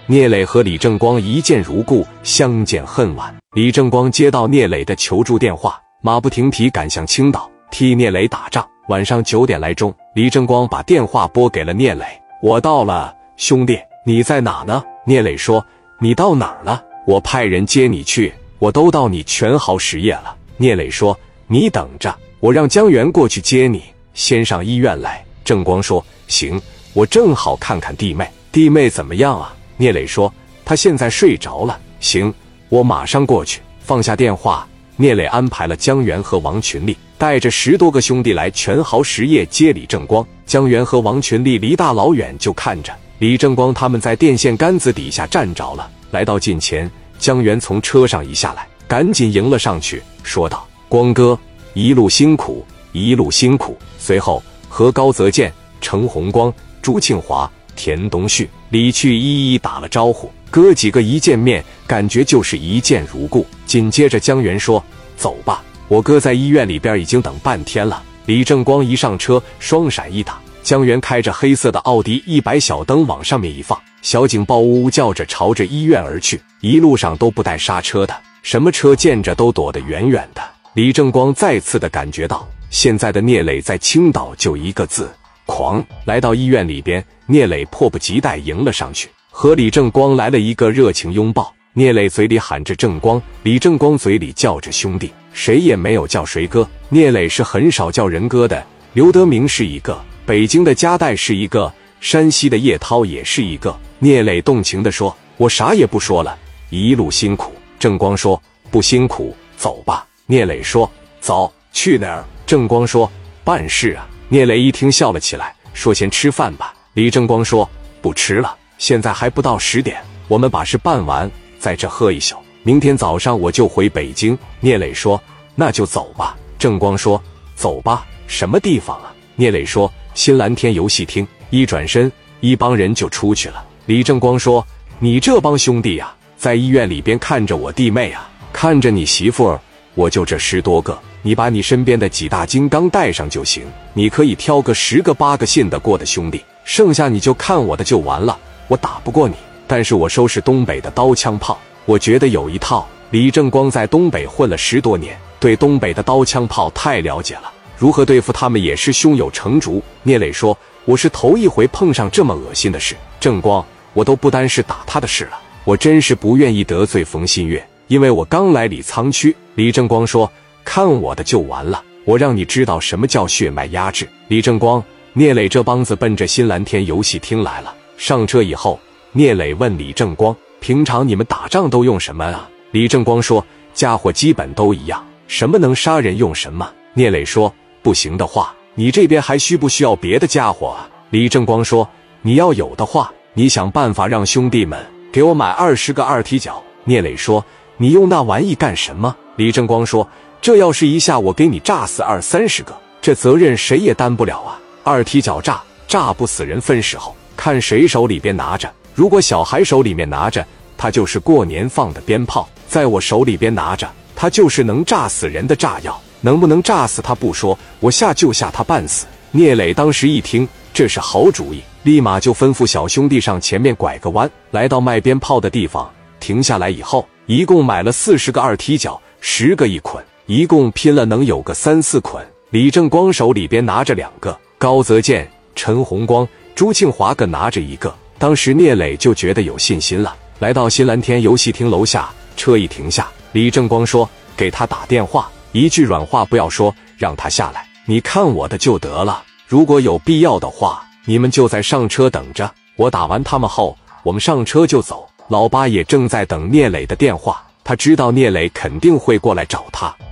聂磊和李正光一见如故，相见恨晚。李正光接到聂磊的求助电话，马不停蹄赶向青岛，替聂磊打仗。晚上9点来钟，李正光把电话拨给了聂磊：“我到了，兄弟，你在哪呢？”聂磊说：“你到哪儿了？我派人接你去，我都到你全豪实业了。”聂磊说：“你等着，我让江源过去接你，先上医院来。”正光说：“行，我正好看看弟妹。弟妹怎么样啊？”聂磊说：“她现在睡着了。”行，我马上过去。放下电话，聂磊安排了江源和王群力带着10多个兄弟来全豪实业接李正光。江源和王群力离大老远就看着李正光他们在电线杆子底下站着了。来到近前，江源从车上一下来，赶紧迎了上去，说道：“光哥，一路辛苦，一路辛苦。”随后和高泽健、程红光、朱庆华、田东旭、李去一一打了招呼。哥几个一见面，感觉就是一见如故。紧接着江源说：“走吧，我哥在医院里边已经等半天了。”李正光一上车，双闪一打，江源开着黑色的奥迪100小灯往上面一放，小警报呜呜叫着朝着医院而去，一路上都不带刹车的，什么车见着都躲得远远的。李正光再次的感觉到，现在的聂磊在青岛就一个字：狂。来到医院里边，聂磊迫不及待迎了上去，和李正光来了一个热情拥抱。聂磊嘴里喊着正光，李正光嘴里叫着兄弟，谁也没有叫谁哥。聂磊是很少叫人哥的，刘德明是一个，北京的加代是一个，山西的叶涛也是一个。聂磊动情地说：“我啥也不说了，一路辛苦。”正光说：“不辛苦，走吧。”聂磊说：“走，去哪儿？”正光说：“办事啊。”聂磊一听笑了起来，说：“先吃饭吧。”李正光说：“不吃了，现在还不到10点，我们把事办完，在这喝一宿，明天早上我就回北京。”聂磊说：“那就走吧。”正光说：“走吧，什么地方啊？”聂磊说：“新蓝天游戏厅。”一转身，一帮人就出去了。李正光说：“你这帮兄弟啊，在医院里边看着我弟妹啊，看着你媳妇儿，我就这10多个，你把你身边的几大金刚带上就行，你可以挑个10个8个信得过的兄弟，剩下你就看我的就完了。我打不过你，但是我收拾东北的刀枪炮，我觉得有一套。”李正光在东北混了10多年，对东北的刀枪炮太了解了，如何对付他们也是胸有成竹。聂磊说：“我是头一回碰上这么恶心的事，正光，我都不单是打他的事了，我真是不愿意得罪冯新月，因为我刚来李沧区。”李正光说：“看我的就完了，我让你知道什么叫血脉压制。”李正光、聂磊这帮子奔着新蓝天游戏厅来了。上车以后，聂磊问李正光：“平常你们打仗都用什么啊？”李正光说：“家伙基本都一样，什么能杀人用什么。”聂磊说：“不行的话，你这边还需不需要别的家伙啊？”李正光说：“你要有的话，你想办法让兄弟们给我买20个二踢脚。”聂磊说：“你用那玩意干什么？”李正光说：“这要是一下我给你炸死20-30个，这责任谁也担不了啊。二踢脚炸不死人，分时候看谁手里边拿着，如果小孩手里面拿着，他就是过年放的鞭炮，在我手里边拿着，他就是能炸死人的炸药。能不能炸死他不说，我下就下他半死。”聂磊当时一听这是好主意，立马就吩咐小兄弟上前面拐个弯，来到卖鞭炮的地方停下来以后，一共买了40个二踢脚，10个一捆，一共拼了能有个3-4捆。李正光手里边拿着2个，高泽健、陈红光、朱庆华各拿着1个。当时聂磊就觉得有信心了。来到新蓝天游戏厅楼下，车一停下，李正光说：“给他打电话，一句软话不要说，让他下来，你看我的就得了。如果有必要的话，你们就在上车等着，我打完他们后，我们上车就走。”老八也正在等聂磊的电话，他知道聂磊肯定会过来找他。